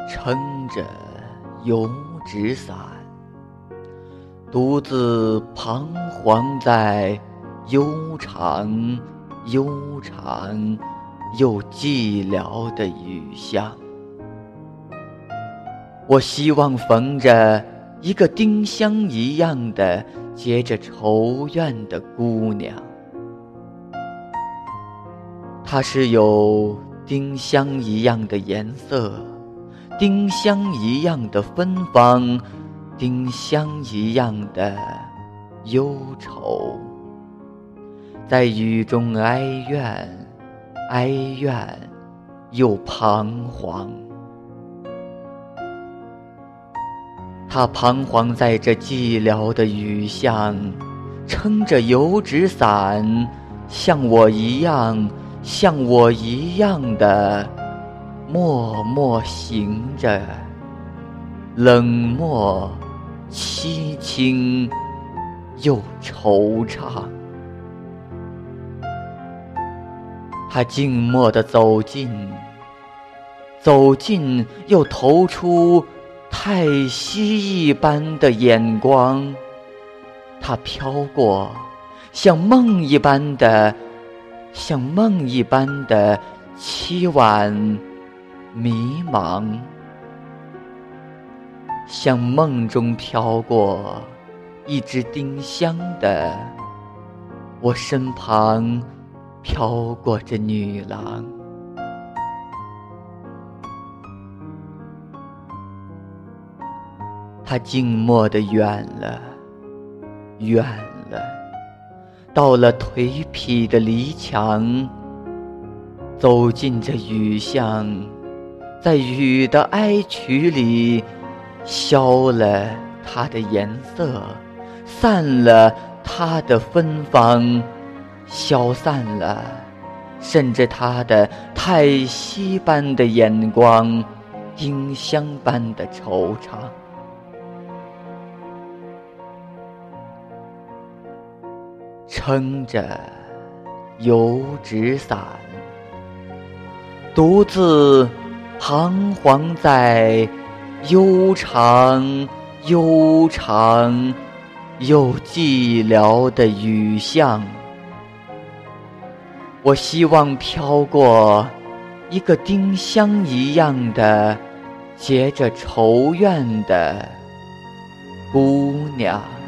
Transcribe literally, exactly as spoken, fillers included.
撑着油纸伞，独自彷徨在悠长悠长又寂寥的雨巷。我希望逢着一个丁香一样的结着愁怨的姑娘，她是有丁香一样的颜色，丁香一样的芬芳，丁香一样的忧愁，在雨中哀怨，哀怨又彷徨。他彷徨在这寂寥的雨巷，撑着油纸伞，像我一样，像我一样的默默行着，冷漠凄清又惆怅。他静默地走近，走近又投出太息一般的眼光，它飘过，像梦一般的，像梦一般的凄婉迷茫，像梦中飘过一只丁香的，我身旁飘过这女郎。他静默地远了，远了，到了颓圮的篱墙，走进这雨巷，在雨的哀曲里消了它的颜色，散了它的芬芳，消散了甚至它的太息般的眼光，丁香般的惆怅。撑着油纸伞，独自彷徨在悠长悠长又寂寥的雨巷。我希望飘过一个丁香一样的结着愁怨的姑娘。